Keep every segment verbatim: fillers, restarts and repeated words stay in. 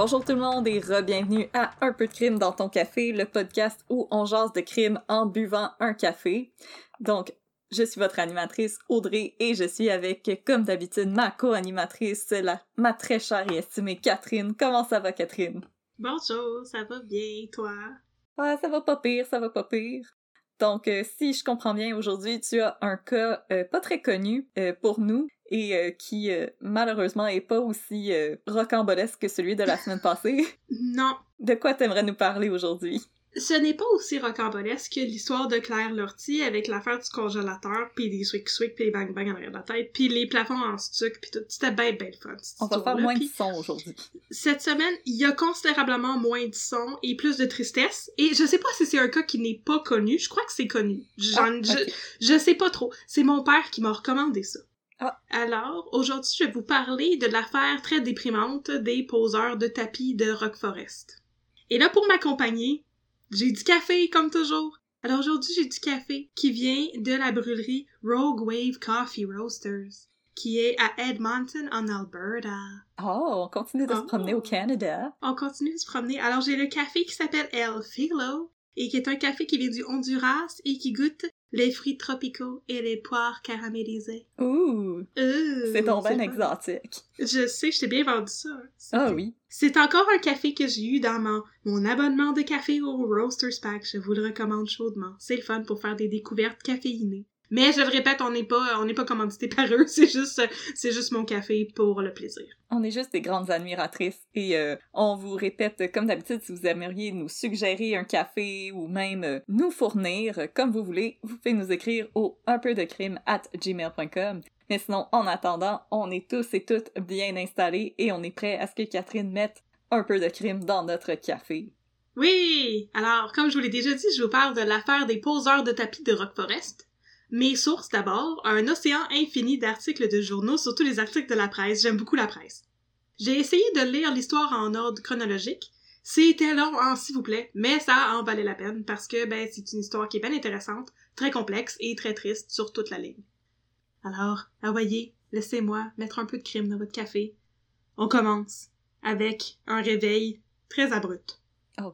Bonjour tout le monde et re-bienvenue à Un peu de crime dans ton café, le podcast où on jase de crime en buvant un café. Donc, je suis votre animatrice Audrey et je suis avec, comme d'habitude, ma co-animatrice, la, ma très chère et estimée Catherine. Comment ça va, Catherine? Bonjour, ça va bien, toi? Ouais, ça va pas pire, ça va pas pire. Donc, euh, si je comprends bien, aujourd'hui, tu as un cas euh, pas très connu euh, pour nous et euh, qui, euh, malheureusement, est pas aussi euh, rocambolesque que celui de la semaine passée. Non. De quoi t'aimerais nous parler aujourd'hui? Ce n'est pas aussi rocambolesque que l'histoire de Claire Lortie avec l'affaire du congélateur, pis les swick-swick, pis les bang-bang en arrière de la tête, pis les plafonds en stuc, pis tout. C'était ben ben fun. On va faire moins de son aujourd'hui. Cette semaine, il y a considérablement moins de son et plus de tristesse. Et je sais pas si c'est un cas qui n'est pas connu. Je crois que c'est connu. J'en, ah, okay. je, je sais pas trop. C'est mon père qui m'a recommandé ça. Ah. Alors, aujourd'hui, je vais vous parler de l'affaire très déprimante des poseurs de tapis de Rock Forest. Et là, pour m'accompagner, j'ai du café, comme toujours. Alors aujourd'hui, j'ai du café qui vient de la brûlerie Rogue Wave Coffee Roasters, qui est à Edmonton, en Alberta. Oh, on continue de oh. se promener au Canada. On continue de se promener. Alors, j'ai le café qui s'appelle El Filo, et qui est un café qui vient du Honduras et qui goûte les fruits tropicaux et les poires caramélisées. Ouh! Euh, c'est donc bien exotique. Je sais, je t'ai bien vendu ça. Hein. Ah que... oui. C'est encore un café que j'ai eu dans mon, mon abonnement de café au Roasters Pack. Je vous le recommande chaudement. C'est le fun pour faire des découvertes caféinées. Mais je le répète, on n'est pas, on n'est pas commandité par eux. C'est juste, c'est juste mon café pour le plaisir. On est juste des grandes admiratrices et euh, on vous répète, comme d'habitude, si vous aimeriez nous suggérer un café ou même euh, nous fournir, euh, comme vous voulez, vous pouvez nous écrire au unpeudecrime at gmail point com. Mais sinon, en attendant, on est tous et toutes bien installés et on est prêts à ce que Catherine mette un peu de crime dans notre café. Oui! Alors, comme je vous l'ai déjà dit, je vous parle de l'affaire des poseurs de tapis de Rock Forest. Mes sources, d'abord, un océan infini d'articles de journaux, surtout les articles de la presse. J'aime beaucoup la presse. J'ai essayé de lire l'histoire en ordre chronologique. C'était long, hein, s'il vous plaît, mais ça en valait la peine parce que, ben, c'est une histoire qui est bien intéressante, très complexe et très triste sur toute la ligne. Alors, voyez, laissez-moi mettre un peu de crime dans votre café. On commence avec un réveil très abrupt. Oh.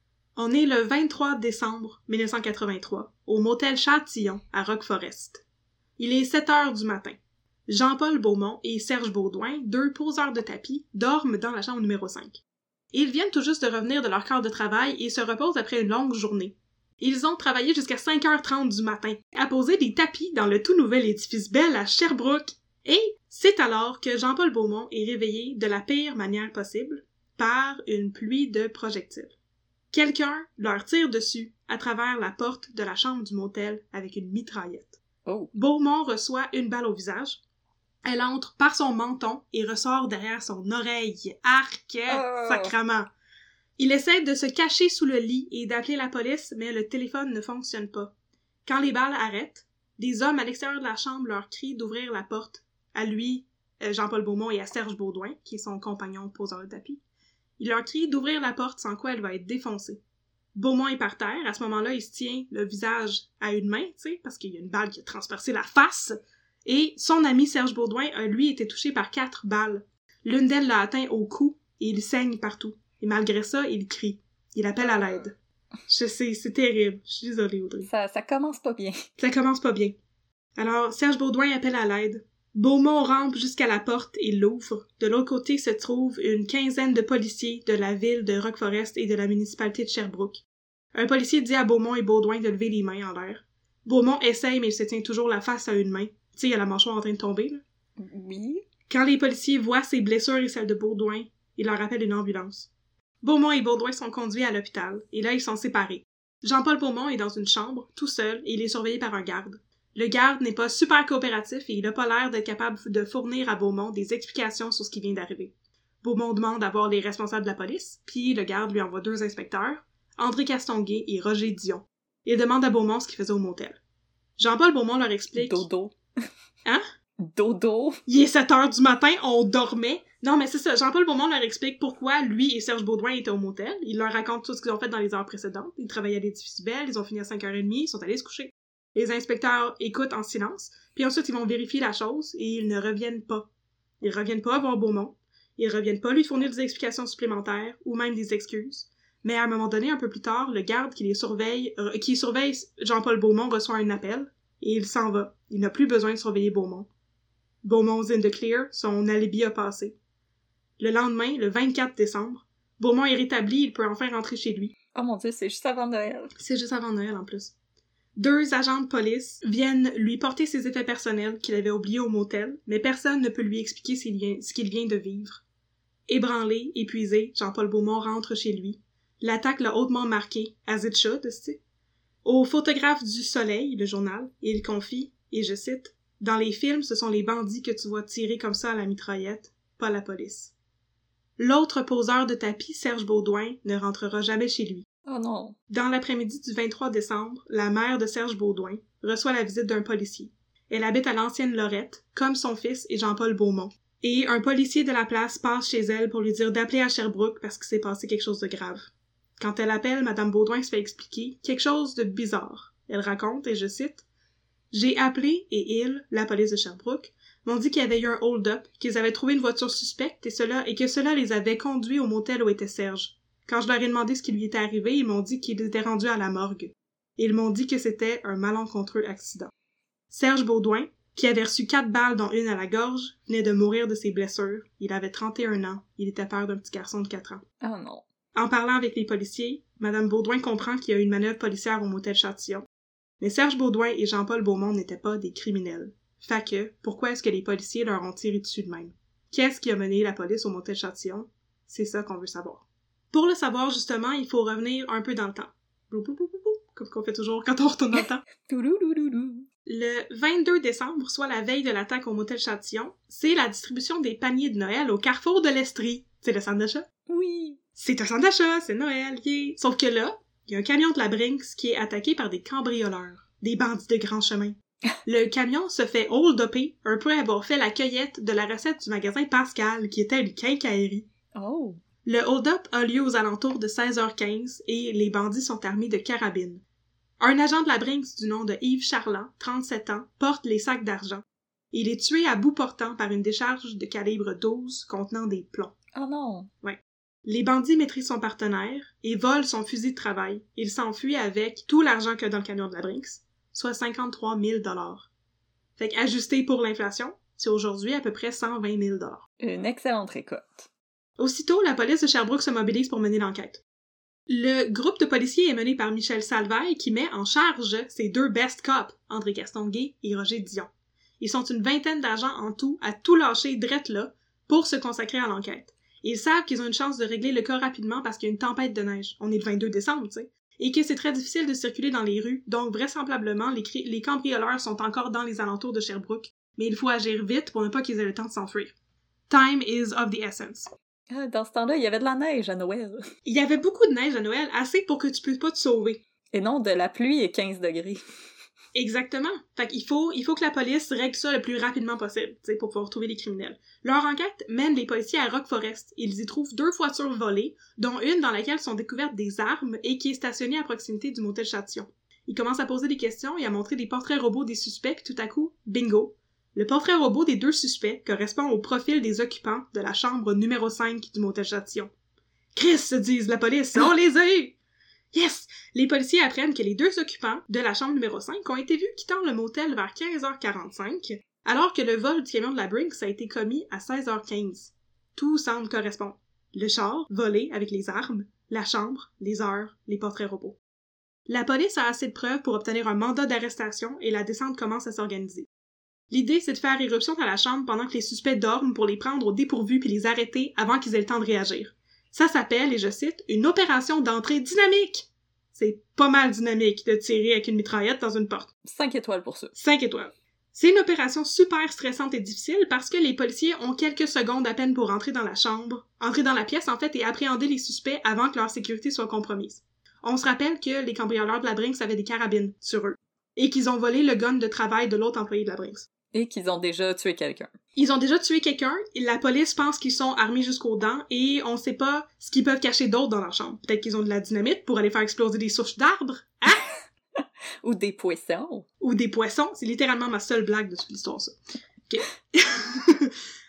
On est le vingt-trois décembre mille neuf cent quatre-vingt-trois, au motel Châtillon, à Rock Forest. Il est sept heures du matin. Jean-Paul Beaumont et Serge Baudouin, deux poseurs de tapis, dorment dans la chambre numéro cinq. Ils viennent tout juste de revenir de leur quart de travail et se reposent après une longue journée. Ils ont travaillé jusqu'à cinq heures trente du matin, à poser des tapis dans le tout nouvel édifice Bell à Sherbrooke. Et c'est alors que Jean-Paul Beaumont est réveillé de la pire manière possible, par une pluie de projectiles. Quelqu'un leur tire dessus à travers la porte de la chambre du motel avec une mitraillette. Oh. Beaumont reçoit une balle au visage. Elle entre par son menton et ressort derrière son oreille. Arc! Oh. Sacrement! Il essaie de se cacher sous le lit et d'appeler la police, mais le téléphone ne fonctionne pas. Quand les balles arrêtent, des hommes à l'extérieur de la chambre leur crient d'ouvrir la porte. À lui, Jean-Paul Beaumont, et à Serge Baudouin, qui est son compagnon poseur de tapis. Il leur crie d'ouvrir la porte, sans quoi elle va être défoncée. Beaumont est par terre. À ce moment-là, il se tient le visage à une main, tu sais, parce qu'il y a une balle qui a transpercé la face. Et son ami Serge Baudouin a, lui, été touché par quatre balles. L'une d'elles l'a atteint au cou et il saigne partout. Et malgré ça, il crie. Il appelle à l'aide. Je sais, c'est terrible. Je suis désolée, Audrey. Ça, ça commence pas bien. Ça commence pas bien. Alors, Serge Baudouin appelle à l'aide. Beaumont rampe jusqu'à la porte et l'ouvre. De l'autre côté se trouve une quinzaine de policiers de la ville de Rock Forest et de la municipalité de Sherbrooke. Un policier dit à Beaumont et Baudouin de lever les mains en l'air. Beaumont essaye, mais il se tient toujours la face à une main. Tu sais, il y a la mâchoire en train de tomber, là. Oui. Quand les policiers voient ses blessures et celles de Baudouin, ils leur appellent une ambulance. Beaumont et Baudouin sont conduits à l'hôpital, et là, ils sont séparés. Jean-Paul Beaumont est dans une chambre, tout seul, et il est surveillé par un garde. Le garde n'est pas super coopératif et il n'a pas l'air d'être capable de fournir à Beaumont des explications sur ce qui vient d'arriver. Beaumont demande à voir les responsables de la police, puis le garde lui envoie deux inspecteurs, André Castonguay et Roger Dion. Il demande à Beaumont ce qu'il faisait au motel. Jean-Paul Beaumont leur explique... Dodo. Hein? Dodo. Il est sept heures du matin, on dormait. Non, mais c'est ça. Jean-Paul Beaumont leur explique pourquoi lui et Serge Baudouin étaient au motel. Il leur raconte tout ce qu'ils ont fait dans les heures précédentes. Ils travaillaient à l'édifice Bell, ils ont fini à cinq heures trente, ils sont allés se coucher. Les inspecteurs écoutent en silence, puis ensuite ils vont vérifier la chose et ils ne reviennent pas. Ils reviennent pas voir Beaumont. Ils reviennent pas lui fournir des explications supplémentaires, ou même des excuses. Mais à un moment donné, un peu plus tard, le garde qui les surveille, euh, qui surveille Jean-Paul Beaumont reçoit un appel, et il s'en va. Il n'a plus besoin de surveiller Beaumont. Beaumont's in the clear, son alibi a passé. Le lendemain, le vingt-quatre décembre, Beaumont est rétabli, il peut enfin rentrer chez lui. Oh mon Dieu, c'est juste avant Noël. C'est juste avant Noël, en plus. Deux agents de police viennent lui porter ses effets personnels qu'il avait oubliés au motel, mais personne ne peut lui expliquer ce qu'il vient de vivre. Ébranlé, épuisé, Jean-Paul Beaumont rentre chez lui. L'attaque l'a hautement marqué, as it should, tu Au photographe du Soleil, le journal, il confie, et je cite, « Dans les films, ce sont les bandits que tu vois tirer comme ça à la mitraillette, pas la police. » L'autre poseur de tapis, Serge Baudouin, ne rentrera jamais chez lui. Oh non. Dans l'après-midi du vingt-trois décembre, la mère de Serge Baudouin reçoit la visite d'un policier. Elle habite à l'ancienne Lorette, comme son fils et Jean-Paul Beaumont. Et un policier de la place passe chez elle pour lui dire d'appeler à Sherbrooke parce qu'il s'est passé quelque chose de grave. Quand elle appelle, Madame Baudouin se fait expliquer quelque chose de bizarre. Elle raconte, et je cite, « J'ai appelé et ils, la police de Sherbrooke, m'ont dit qu'il y avait eu un hold-up, qu'ils avaient trouvé une voiture suspecte et, cela, et que cela les avait conduits au motel où était Serge. Quand je leur ai demandé ce qui lui était arrivé, ils m'ont dit qu'ils étaient rendus à la morgue. Ils m'ont dit que c'était un malencontreux accident. » Serge Baudouin, qui avait reçu quatre balles dont une à la gorge, venait de mourir de ses blessures. Il avait trente et un ans. Il était père d'un petit garçon de quatre ans. Oh non. En parlant avec les policiers, Madame Baudouin comprend qu'il y a eu une manœuvre policière au motel Châtillon. Mais Serge Baudouin et Jean-Paul Beaumont n'étaient pas des criminels. Fait que, pourquoi est-ce que les policiers leur ont tiré dessus de même? Qu'est-ce qui a mené la police au motel Châtillon? C'est ça qu'on veut savoir. Pour le savoir, justement, il faut revenir un peu dans le temps. Comme qu'on fait toujours quand on retourne dans le temps. Le vingt-deux décembre, soit la veille de l'attaque au motel Châtillon, c'est la distribution des paniers de Noël au carrefour de l'Estrie. C'est le centre d'achat? Oui! C'est un centre d'achat, c'est Noël, yeah! Sauf que là, il y a un camion de la Brinks qui est attaqué par des cambrioleurs, des bandits de grand chemin. Le camion se fait hold-upper un peu avoir fait la cueillette de la recette du magasin Pascal, qui était une quincaillerie. Oh! Le hold-up a lieu aux alentours de seize heures quinze et les bandits sont armés de carabines. Un agent de la Brinks du nom de Yves Charland, trente-sept ans, porte les sacs d'argent. Il est tué à bout portant par une décharge de calibre douze contenant des plombs. Oh non! Ouais. Les bandits maîtrisent son partenaire et volent son fusil de travail. Il s'enfuit avec tout l'argent qu'il y a dans le camion de la Brinks, soit cinquante-trois mille dollars. Fait qu'ajusté pour l'inflation, c'est aujourd'hui à peu près cent vingt mille dollars. Une excellente récolte. Aussitôt, la police de Sherbrooke se mobilise pour mener l'enquête. Le groupe de policiers est mené par Michel Salvaille qui met en charge ses deux best cops, André Castonguay et Roger Dion. Ils sont une vingtaine d'agents en tout à tout lâcher drette là pour se consacrer à l'enquête. Ils savent qu'ils ont une chance de régler le cas rapidement parce qu'il y a une tempête de neige. On est le vingt-deux décembre, tu sais. Et que c'est très difficile de circuler dans les rues, donc vraisemblablement, les, cri- les cambrioleurs sont encore dans les alentours de Sherbrooke, mais il faut agir vite pour ne pas qu'ils aient le temps de s'enfuir. Time is of the essence. Ah, dans ce temps-là, il y avait de la neige à Noël. Il y avait beaucoup de neige à Noël, assez pour que tu puisses pas te sauver. Et non, de la pluie et quinze degrés. Exactement. Fait qu'il faut, il faut que la police règle ça le plus rapidement possible, tu sais, pour pouvoir trouver les criminels. Leur enquête mène les policiers à Rock Forest. Ils y trouvent deux voitures volées, dont une dans laquelle sont découvertes des armes et qui est stationnée à proximité du motel Châtillon. Ils commencent à poser des questions et à montrer des portraits robots des suspects, puis tout à coup, bingo! Le portrait robot des deux suspects correspond au profil des occupants de la chambre numéro cinq du motel Châtillon. « Chris !» se disent la police, « on les a eus! » Yes! Les policiers apprennent que les deux occupants de la chambre numéro cinq ont été vus quittant le motel vers quinze heures quarante-cinq, alors que le vol du camion de la Brinks a été commis à seize heures quinze. Tout semble correspondre. Le char, volé avec les armes, la chambre, les heures, les portraits robots. La police a assez de preuves pour obtenir un mandat d'arrestation et la descente commence à s'organiser. L'idée, c'est de faire éruption dans la chambre pendant que les suspects dorment pour les prendre au dépourvu puis les arrêter avant qu'ils aient le temps de réagir. Ça s'appelle, et je cite, une opération d'entrée dynamique! C'est pas mal dynamique de tirer avec une mitraillette dans une porte. Cinq étoiles pour ça. Cinq étoiles. C'est une opération super stressante et difficile parce que les policiers ont quelques secondes à peine pour entrer dans la chambre, entrer dans la pièce en fait et appréhender les suspects avant que leur sécurité soit compromise. On se rappelle que les cambrioleurs de la Brinks avaient des carabines sur eux et qu'ils ont volé le gun de travail de l'autre employé de la Brinks. Et qu'ils ont déjà tué quelqu'un. Ils ont déjà tué quelqu'un, la police pense qu'ils sont armés jusqu'aux dents, et on sait pas ce qu'ils peuvent cacher d'autre dans leur chambre. Peut-être qu'ils ont de la dynamite pour aller faire exploser des souches d'arbres, hein? Ou des poissons. Ou des poissons, c'est littéralement ma seule blague de toute l'histoire, ça. OK.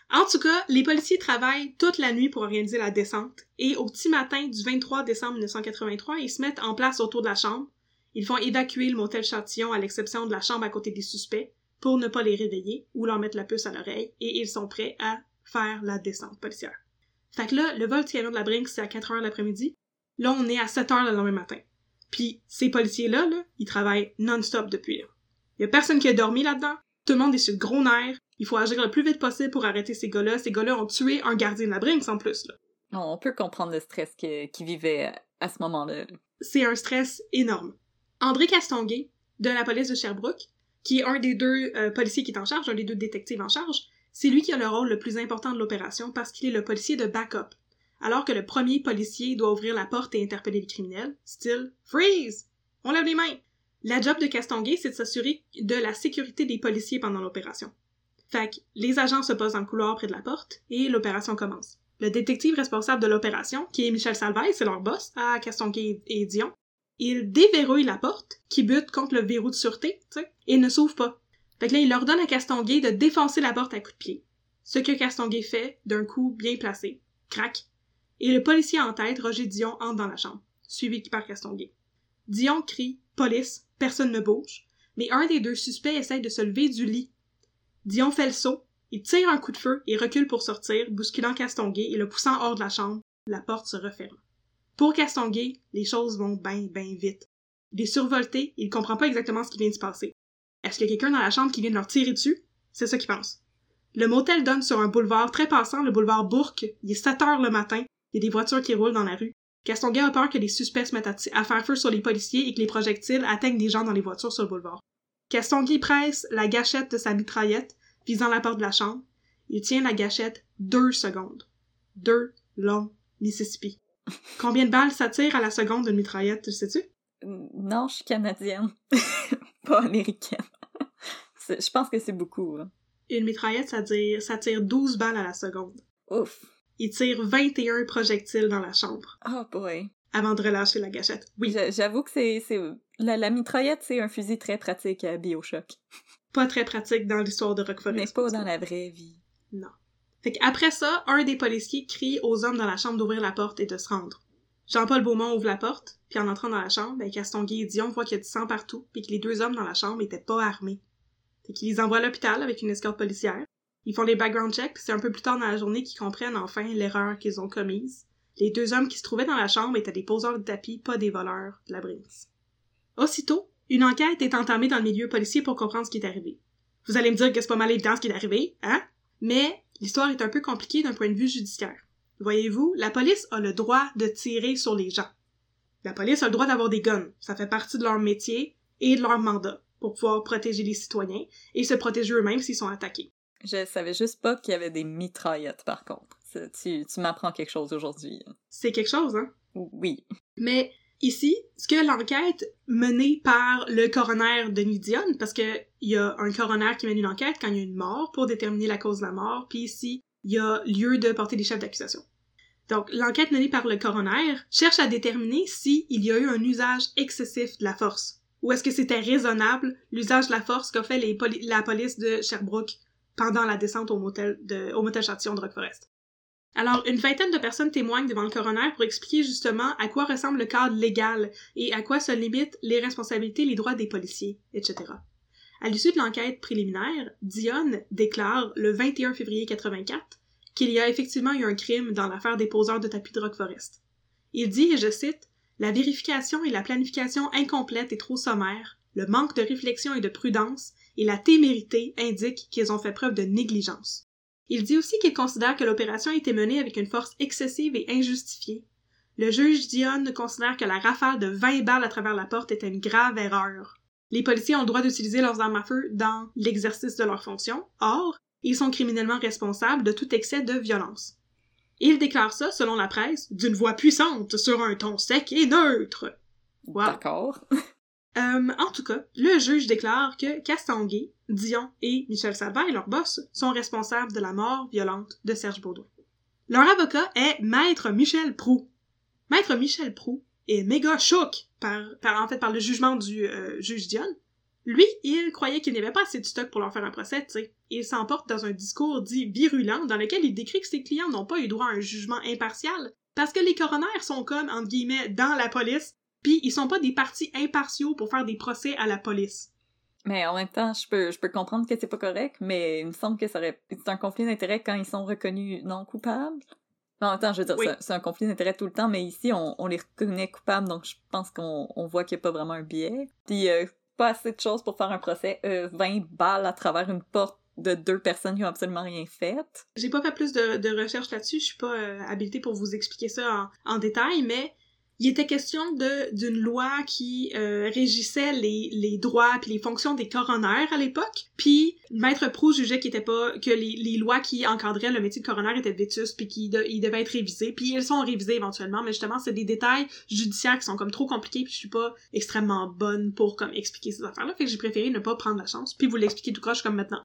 En tout cas, les policiers travaillent toute la nuit pour organiser la descente, et au petit matin du vingt-trois décembre mille neuf cent quatre-vingt-trois, ils se mettent en place autour de la chambre. Ils font évacuer le motel Châtillon à l'exception de la chambre à côté des suspects pour ne pas les réveiller ou leur mettre la puce à l'oreille, et ils sont prêts à faire la descente policière. Fait que là, le vol du camion de la Brinks, c'est à quatre heures l'après-midi. Là, on est à sept heures le lendemain matin. Puis ces policiers-là, là, ils travaillent non-stop depuis là. Il y a personne qui a dormi là-dedans. Tout le monde est sur le gros nerf. Il faut agir le plus vite possible pour arrêter ces gars-là. Ces gars-là ont tué un gardien de la Brinks en plus, là. On peut comprendre le stress que, qu'ils vivaient à ce moment-là. C'est un stress énorme. André Castonguay, de la police de Sherbrooke, qui est un des deux euh, policiers qui est en charge, un des deux détectives en charge, c'est lui qui a le rôle le plus important de l'opération parce qu'il est le policier de backup. Alors que le premier policier doit ouvrir la porte et interpeller les criminels, style « Freeze! On lève les mains! » La job de Castonguay, c'est de s'assurer de la sécurité des policiers pendant l'opération. Fait que les agents se posent dans le couloir près de la porte et l'opération commence. Le détective responsable de l'opération, qui est Michel Salvaille, c'est leur boss, à Castonguay et Dion, il déverrouille la porte, qui bute contre le verrou de sûreté, tu sais, et ne s'ouvre pas. Fait que là, il ordonne à Castonguay de défoncer la porte à coups de pied. Ce que Castonguay fait, d'un coup bien placé. Crac. Et le policier en tête, Roger Dion, entre dans la chambre, suivi par Castonguay. Dion crie « Police », personne ne bouge, mais un des deux suspects essaie de se lever du lit. Dion fait le saut, il tire un coup de feu et recule pour sortir, bousculant Castonguay et le poussant hors de la chambre. La porte se referme. Pour Castonguay, les choses vont ben, ben vite. Il est survolté, il comprend pas exactement ce qui vient de se passer. Est-ce qu'il y a quelqu'un dans la chambre qui vient de leur tirer dessus? C'est ça qu'il pense. Le motel donne sur un boulevard très passant, le boulevard Bourque. Il est sept heures le matin. Il y a des voitures qui roulent dans la rue. Castonguay a peur que les suspects se mettent à, t- à faire feu sur les policiers et que les projectiles atteignent des gens dans les voitures sur le boulevard. Castonguay presse la gâchette de sa mitraillette, visant la porte de la chambre. Il tient la gâchette deux secondes. Deux longs Mississippi. Combien de balles ça tire à la seconde d'une mitraillette, tu sais-tu? Non, je suis canadienne. Pas américaine. C'est, je pense que c'est beaucoup. Hein. Une mitraillette, ça tire, ça tire douze balles à la seconde. Ouf. Il tire vingt et un projectiles dans la chambre. Oh boy. Avant de relâcher la gâchette. Oui. J'avoue que c'est... c'est... La, la mitraillette, c'est un fusil très pratique à BioShock. Pas très pratique dans l'histoire de Rock Forest. Mais pas dans la vraie vie. Non. Fait qu'après ça, un des policiers crie aux hommes dans la chambre d'ouvrir la porte et de se rendre. Jean-Paul Beaumont ouvre la porte, puis en entrant dans la chambre, ben Castonguay et Dion voient qu'il y a du sang partout, puis que les deux hommes dans la chambre étaient pas armés. Fait qu'ils les envoient à l'hôpital avec une escorte policière. Ils font les background checks, puis c'est un peu plus tard dans la journée qu'ils comprennent enfin l'erreur qu'ils ont commise. Les deux hommes qui se trouvaient dans la chambre étaient des poseurs de tapis, pas des voleurs de la Brinks. Aussitôt, une enquête est entamée dans le milieu policier pour comprendre ce qui est arrivé. Vous allez me dire que c'est pas mal évident ce qui est arrivé, hein? Mais l'histoire est un peu compliquée d'un point de vue judiciaire. Voyez-vous, la police a le droit de tirer sur les gens. La police a le droit d'avoir des guns. Ça fait partie de leur métier et de leur mandat pour pouvoir protéger les citoyens et se protéger eux-mêmes s'ils sont attaqués. Je savais juste pas qu'il y avait des mitraillettes, par contre. Tu, tu m'apprends quelque chose aujourd'hui. C'est quelque chose, hein? Oui. Mais ici, ce que l'enquête menée par le coroner Denis Dionne, parce que il y a un coroner qui mène une enquête quand il y a une mort pour déterminer la cause de la mort, puis ici, il y a lieu de porter des chefs d'accusation. Donc, l'enquête menée par le coroner cherche à déterminer s'il y a eu un usage excessif de la force. Ou est-ce que c'était raisonnable, l'usage de la force qu'a fait les poli- la police de Sherbrooke pendant la descente au motel, de, au motel Châtillon de Rock Forest. Alors, une vingtaine de personnes témoignent devant le coroner pour expliquer justement à quoi ressemble le cadre légal et à quoi se limitent les responsabilités et les droits des policiers, et cetera. À l'issue de l'enquête préliminaire, Dionne déclare le vingt et un février quatre-vingt-quatre qu'il y a effectivement eu un crime dans l'affaire des poseurs de tapis de Rock Forest. Il dit, et je cite, « La vérification et la planification incomplète et trop sommaire, le manque de réflexion et de prudence et la témérité indiquent qu'ils ont fait preuve de négligence. » Il dit aussi qu'il considère que l'opération a été menée avec une force excessive et injustifiée. Le juge Dionne considère que la rafale de vingt balles à travers la porte était une grave erreur. Les policiers ont le droit d'utiliser leurs armes à feu dans l'exercice de leurs fonctions. Or, ils sont criminellement responsables de tout excès de violence. Il déclare ça, selon la presse, d'une voix puissante sur un ton sec et neutre. Wow. D'accord. Euh, en tout cas, le juge déclare que Castonguay, Dion et Michel Salvaille, leur boss, sont responsables de la mort violente de Serge Beaudoin. Leur avocat est Maître Michel Proulx. Maître Michel Proulx est méga choqué par, par, en fait, par le jugement du euh, juge Dionne. Lui, il croyait qu'il n'y avait pas assez de stock pour leur faire un procès, tu sais. Il s'emporte dans un discours dit virulent dans lequel il décrit que ses clients n'ont pas eu droit à un jugement impartial parce que les coronaires sont comme, entre guillemets, dans la police, pis ils sont pas des partis impartiaux pour faire des procès à la police. Mais en même temps, je peux, je peux comprendre que c'est pas correct, mais il me semble que ça aurait... c'est un conflit d'intérêt quand ils sont reconnus non coupables. En même temps, je veux dire, Oui. c'est, c'est un conflit d'intérêt tout le temps, mais ici, on, on les reconnaît coupables, donc je pense qu'on on voit qu'il y a pas vraiment un biais. Puis, euh, pas assez de choses pour faire un procès. Euh, vingt balles à travers une porte de deux personnes qui ont absolument rien fait. J'ai pas fait plus de, de recherches là-dessus, je suis pas euh, habilitée pour vous expliquer ça en, en détail, mais il était question de d'une loi qui euh, régissait les, les droits puis les fonctions des coronaires à l'époque, puis Maître Proulx jugeait qu'il était pas que les, les lois qui encadraient le métier de coroner étaient vétustes puis qu'ils de, ils devaient être révisées, puis elles sont révisées éventuellement, mais justement c'est des détails judiciaires qui sont comme trop compliqués puis je suis pas extrêmement bonne pour comme expliquer ces affaires-là, fait que j'ai préféré ne pas prendre la chance puis vous l'expliquer tout croche comme maintenant.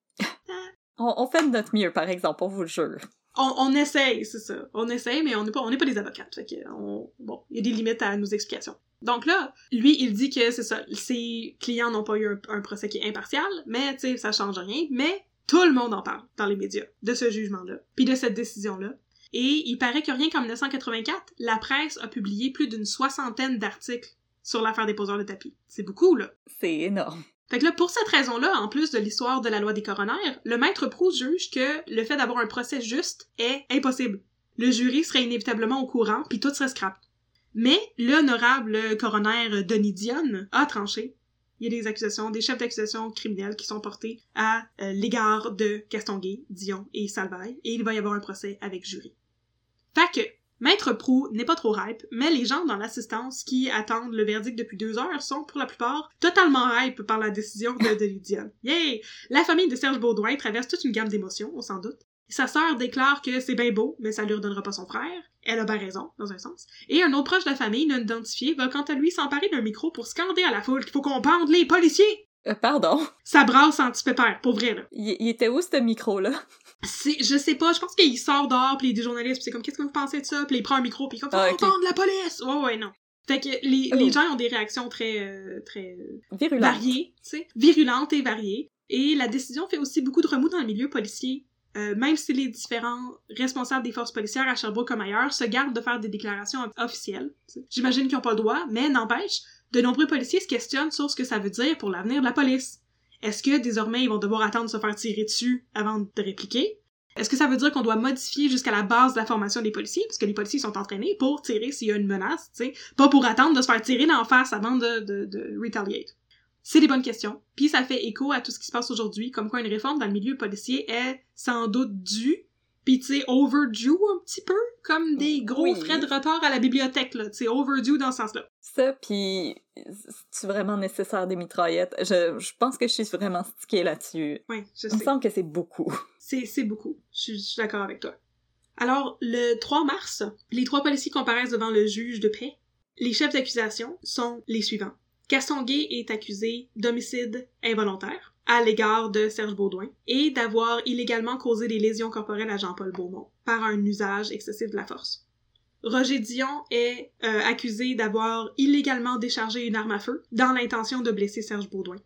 On, on fait de notre mieux, par exemple, on vous le jure. On, on essaye, c'est ça. On essaye, mais on n'est pas, on n'est pas des avocates. Fait que, on, bon, il y a des limites à nos explications. Donc là, lui, il dit que c'est ça, ses clients n'ont pas eu un, un procès qui est impartial, mais tu sais, ça change rien. Mais tout le monde en parle dans les médias de ce jugement-là, puis de cette décision-là. Et il paraît que rien qu'en dix-neuf cent quatre-vingt-quatre, la presse a publié plus d'une soixantaine d'articles sur l'affaire des poseurs de tapis. C'est beaucoup, là. C'est énorme. Fait que là, pour cette raison-là, en plus de l'histoire de la loi des coronaires, le maître Proulx juge que le fait d'avoir un procès juste est impossible. Le jury serait inévitablement au courant, puis tout serait scrap. Mais l'honorable coroner Denis Dionne a tranché. Il y a des accusations, des chefs d'accusation criminels qui sont portés à euh, l'égard de Castonguay, Dion et Salvaille, et il va y avoir un procès avec jury. Fait que, Maître Proulx n'est pas trop hype, mais les gens dans l'assistance qui attendent le verdict depuis deux heures sont, pour la plupart, totalement hype par la décision de Denis Dionne. Yay! La famille de Serge Beaudoin traverse toute une gamme d'émotions, on s'en doute. Sa sœur déclare que c'est bien beau, mais ça lui redonnera pas son frère. Elle a bien raison, dans un sens. Et un autre proche de la famille, non identifié, va quant à lui s'emparer d'un micro pour scander à la foule qu'il faut qu'on pende les policiers! Euh, pardon? Ça brasse anti-pépère, pour vrai, là. Il, il était où, ce micro-là? C'est, je sais pas, je pense qu'il sort dehors, pis il y a des journalistes, pis c'est comme, qu'est-ce que vous pensez de ça? Pis il prend un micro, pis il est comme, faut Ah, qu'on okay. pende la police! Ouais, ouais, non. Fait que les, Oh. les gens ont des réactions très, euh, très Virulente. variées, tu sais, virulentes et variées. Et la décision fait aussi beaucoup de remous dans le milieu policier. Euh, même si les différents responsables des forces policières à Sherbrooke comme ailleurs se gardent de faire des déclarations officielles. T'sais. J'imagine qu'ils ont pas le droit, mais n'empêche, de nombreux policiers se questionnent sur ce que ça veut dire pour l'avenir de la police. Est-ce que désormais ils vont devoir attendre de se faire tirer dessus avant de répliquer? Est-ce que ça veut dire qu'on doit modifier jusqu'à la base de la formation des policiers? Parce que les policiers sont entraînés pour tirer s'il y a une menace, tu sais, pas pour attendre de se faire tirer d'en face avant de, de, de retaliate. C'est des bonnes questions. Puis ça fait écho à tout ce qui se passe aujourd'hui, comme quoi une réforme dans le milieu policier est sans doute due, puis tu sais, overdue un petit peu, comme des gros Oui. frais de retard à la bibliothèque, là, tu sais, overdue dans ce sens-là. Ça, pis c'est vraiment nécessaire des mitraillettes? Je, je pense que je suis vraiment stickée là-dessus. Ouais, je Il me sais. semble que c'est beaucoup. C'est, c'est beaucoup. Je suis, je suis d'accord avec toi. Alors, le trois mars, les trois policiers comparaissent devant le juge de paix. Les chefs d'accusation sont les suivants. Castonguay est accusé d'homicide involontaire à l'égard de Serge Beaudoin et d'avoir illégalement causé des lésions corporelles à Jean-Paul Beaumont par un usage excessif de la force. Roger Dion est euh, accusé d'avoir illégalement déchargé une arme à feu dans l'intention de blesser Serge Beaudoin.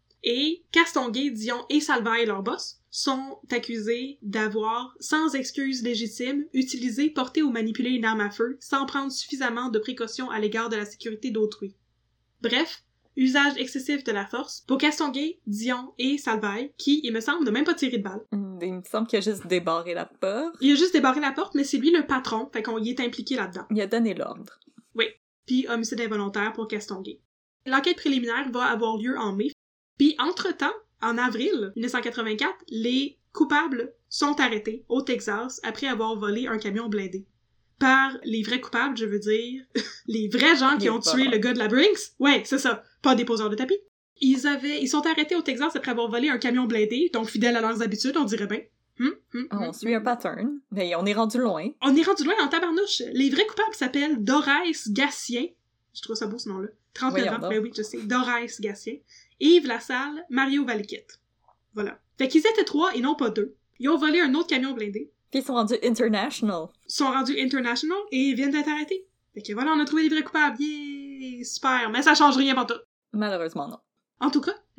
Et Castonguay, Dion et Salvaille, leur boss, sont accusés d'avoir, sans excuse légitime, utilisé, porté ou manipulé une arme à feu sans prendre suffisamment de précautions à l'égard de la sécurité d'autrui. Bref, usage excessif de la force pour Castonguay, Dion et Salvaille, qui, il me semble, n'a même pas tiré de balle. Il me semble qu'il a juste débarré la porte. Il a juste débarré la porte, mais c'est lui le patron, fait qu'on y est impliqué là-dedans. Il a donné l'ordre. Oui. Puis homicide involontaire pour Castonguay. L'enquête préliminaire va avoir lieu en mai. Puis entre-temps, en avril dix-neuf cent quatre-vingt-quatre, les coupables sont arrêtés au Texas après avoir volé un camion blindé. Par les vrais coupables, je veux dire, les vrais gens qui Les ont voleurs. tué le gars de la Brinks. Ouais, c'est ça. Pas des poseurs de tapis. Ils avaient, ils sont arrêtés au Texas après avoir volé un camion blindé, donc fidèles à leurs habitudes, on dirait bien. Hum, hum, On hum, suit un hum. pattern, mais on est rendu loin. On est rendu loin en tabarnouche. Les vrais coupables s'appellent Dorès Gatien. Je trouve ça beau ce nom-là. trente-neuf Voyons ans, donc. ben oui, je sais. Dorès Gatien. Yves Lassalle, Mario Valiquette. Voilà. Fait qu'ils étaient trois et non pas deux. Ils ont volé un autre camion blindé. Puis ils sont rendus international. Ils sont rendus international et ils viennent d'être arrêtés. Fait que voilà, on a trouvé les vrais coupables. Yeah! Super! Mais ça change rien pour tout. Malheureusement, non. En tout cas,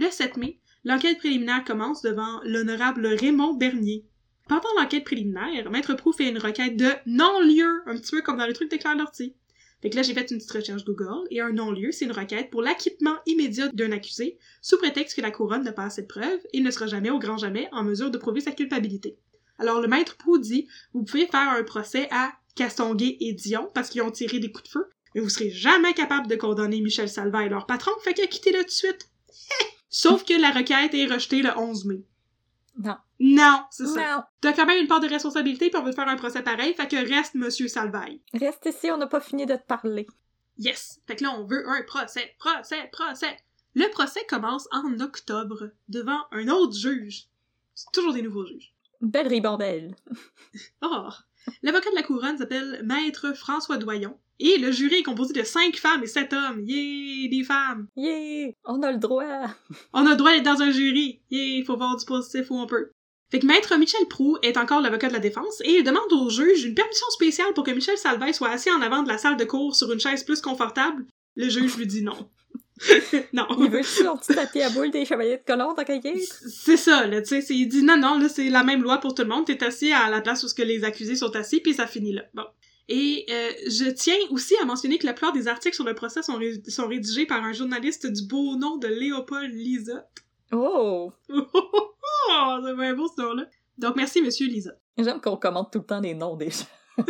Le sept mai, l'enquête préliminaire commence devant l'honorable Raymond Bernier. Pendant l'enquête préliminaire, Maître Proulx fait une requête de non-lieu, un petit peu comme dans le truc de Claire Lortie. Fait que là, j'ai fait une petite recherche Google, et un non-lieu, c'est une requête pour l'acquittement immédiat d'un accusé, sous prétexte que la couronne n'a pas assez de preuves, et ne sera jamais, au grand jamais, en mesure de prouver sa culpabilité. Alors, le Maître Proulx dit, vous pouvez faire un procès à Castonguay et Dion, parce qu'ils ont tiré des coups de feu, mais vous serez jamais capable de condamner Michel Salvat et leur patron, fait qu'acquittez-le tout de suite. Sauf que la requête est rejetée le onze mai. Non. Non, c'est ça. Non. T'as quand même une part de responsabilité puis on veut te faire un procès pareil, fait que reste Monsieur Salvaille. Reste ici, on n'a pas fini de te parler. Yes! Fait que là, on veut un procès, procès, procès. Le procès commence en octobre, devant un autre juge. C'est toujours des nouveaux juges. Belle ribambelle. Oh! L'avocat de la couronne s'appelle Maître François Doyon, et le jury est composé de cinq femmes et sept hommes. Yeah! Des femmes! Yeah! On a le droit! On a le droit d'être dans un jury! Yeah! Faut voir du positif où on peut. Fait que Maître Michel Proulx est encore l'avocat de la défense et il demande au juge une permission spéciale pour que Michel Salvaille soit assis en avant de la salle de cour sur une chaise plus confortable. Le juge lui dit non. Non. Il veut son petit tapis à boule des chevaliers de colon dans cahier? C'est ça, là, tu sais, il dit non, non, là, c'est la même loi pour tout le monde, t'es assis à la place où ce que les accusés sont assis, puis ça finit là. Bon. Et euh, je tiens aussi à mentionner que la plupart des articles sur le procès sont, ré- sont rédigés par un journaliste du beau nom de Léopold Lisotte. Oh! Oh, c'est bien beau ce nom-là. Donc, merci, Monsieur Lisotte. J'aime qu'on commente tout le temps les noms des gens.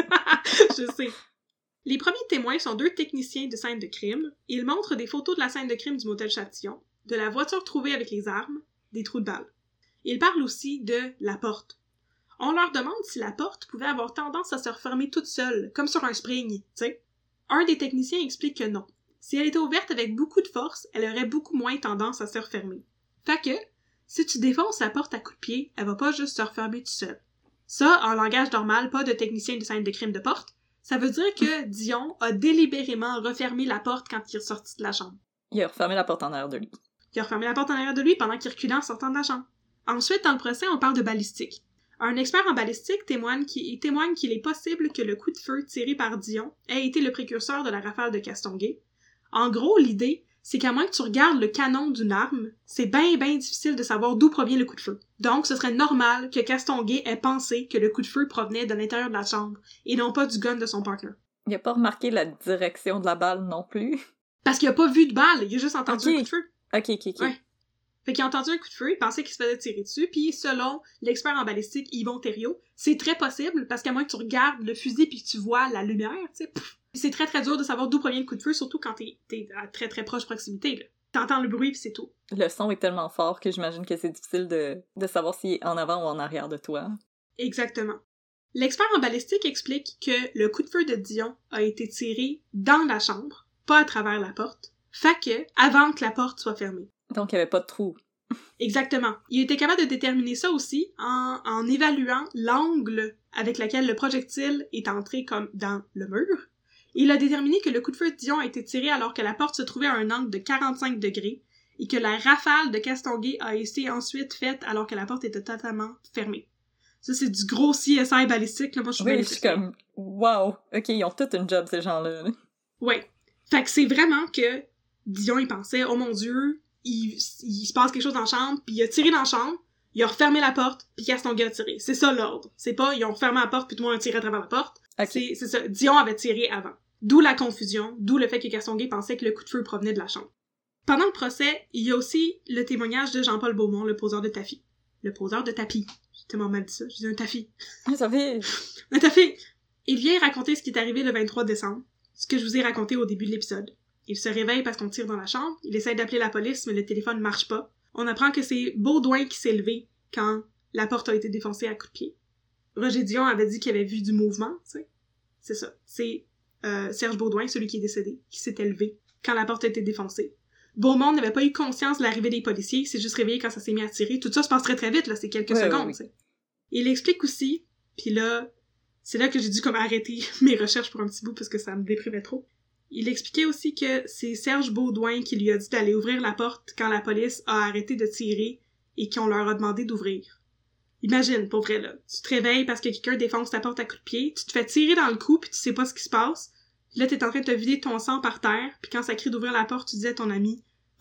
Je sais. Les premiers témoins sont deux techniciens de scène de crime. Ils montrent des photos de la scène de crime du motel Châtillon, de la voiture trouvée avec les armes, des trous de balles. Ils parlent aussi de la porte. On leur demande si la porte pouvait avoir tendance à se refermer toute seule, comme sur un spring, tu sais. Un des techniciens explique que non. Si elle était ouverte avec beaucoup de force, elle aurait beaucoup moins tendance à se refermer. Fait que, si tu défonces la porte à coups de pied, elle va pas juste se refermer toute seule. Ça, en langage normal, pas de technicien de scène de crime de porte, ça veut dire que Dion a délibérément refermé la porte quand il est sorti de la chambre. Il a refermé la porte en arrière de lui. Il a refermé la porte en arrière de lui pendant qu'il reculait en sortant de la chambre. Ensuite, dans le procès, on parle de balistique. Un expert en balistique témoigne qu'il, témoigne qu'il est possible que le coup de feu tiré par Dion ait été le précurseur de la rafale de Castonguay. En gros, l'idée, c'est qu'à moins que tu regardes le canon d'une arme, c'est bien, bien difficile de savoir d'où provient le coup de feu. Donc, ce serait normal que Castonguay ait pensé que le coup de feu provenait de l'intérieur de la chambre, et non pas du gun de son partner. Il a pas remarqué la direction de la balle non plus. Parce qu'il a pas vu de balle, il a juste entendu Okay. un coup de feu. Ok, ok, ok. Ouais. Fait qu'il a entendu un coup de feu, il pensait qu'il se faisait tirer dessus, puis selon l'expert en balistique Yvon Thériault, c'est très possible, parce qu'à moins que tu regardes le fusil puis que tu vois la lumière, tu sais, pff, c'est très très dur de savoir d'où provient le coup de feu, surtout quand t'es, t'es à très très proche proximité, là. T'entends le bruit pis c'est tout. Le son est tellement fort que j'imagine que c'est difficile de, de savoir s'il est en avant ou en arrière de toi. Exactement. L'expert en balistique explique que le coup de feu de Dion a été tiré dans la chambre, pas à travers la porte, fait que, avant que la porte soit fermée. Donc il y avait pas de trou. Exactement. Il était capable de déterminer ça aussi en, en évaluant l'angle avec lequel le projectile est entré comme dans le mur. Il a déterminé que le coup de feu de Dion a été tiré alors que la porte se trouvait à un angle de quarante-cinq degrés et que la rafale de Castonguay a été ensuite faite alors que la porte était totalement fermée. Ça, c'est du gros C S I balistique, là. Moi, je suis Oui, bien je suis comme, wow, ok, ils ont toute une job, ces gens-là. Ouais. Fait que c'est vraiment que Dion, il pensait, oh mon Dieu, il, il se passe quelque chose dans la chambre, puis il a tiré dans la chambre, il a refermé la porte, puis Castonguay a tiré. C'est ça l'ordre. C'est pas, ils ont refermé la porte, puis tout le monde a tiré à travers la porte. Okay. C'est, c'est ça. Dion avait tiré avant. D'où la confusion, d'où le fait que Castonguay pensait que le coup de feu provenait de la chambre. Pendant le procès, il y a aussi le témoignage de Jean-Paul Beaumont, le poseur de tapis. Le poseur de tapis. J'ai tellement mal dit ça. Je dis un tapis. Ça fait... Un tapis! Il vient raconter ce qui est arrivé le vingt-trois décembre, ce que je vous ai raconté au début de l'épisode. Il se réveille parce qu'on tire dans la chambre, il essaie d'appeler la police, mais le téléphone marche pas. On apprend que c'est Baudouin qui s'est levé quand la porte a été défoncée à coups de pied. Roger Dion avait dit qu'il avait vu du mouvement, tu sais. C'est ça. C'est euh, Serge Baudouin, celui qui est décédé, qui s'était levé quand la porte a été défoncée. Beaumont n'avait pas eu conscience de l'arrivée des policiers, il s'est juste réveillé quand ça s'est mis à tirer. Tout ça se passe très très vite, là, c'est quelques ouais, secondes, oui, tu sais. Il explique aussi, puis là, c'est là que j'ai dû comme arrêter mes recherches pour un petit bout parce que ça me déprimait trop. Il expliquait aussi que c'est Serge Baudouin qui lui a dit d'aller ouvrir la porte quand la police a arrêté de tirer et qu'on leur a demandé d'ouvrir. Imagine, pour vrai, là. Tu te réveilles parce que quelqu'un défonce ta porte à coups de pied, tu te fais tirer dans le cou pis tu sais pas ce qui se passe. Là, t'es en train de te vider ton sang par terre, puis quand ça crie d'ouvrir la porte, tu dis à ton ami «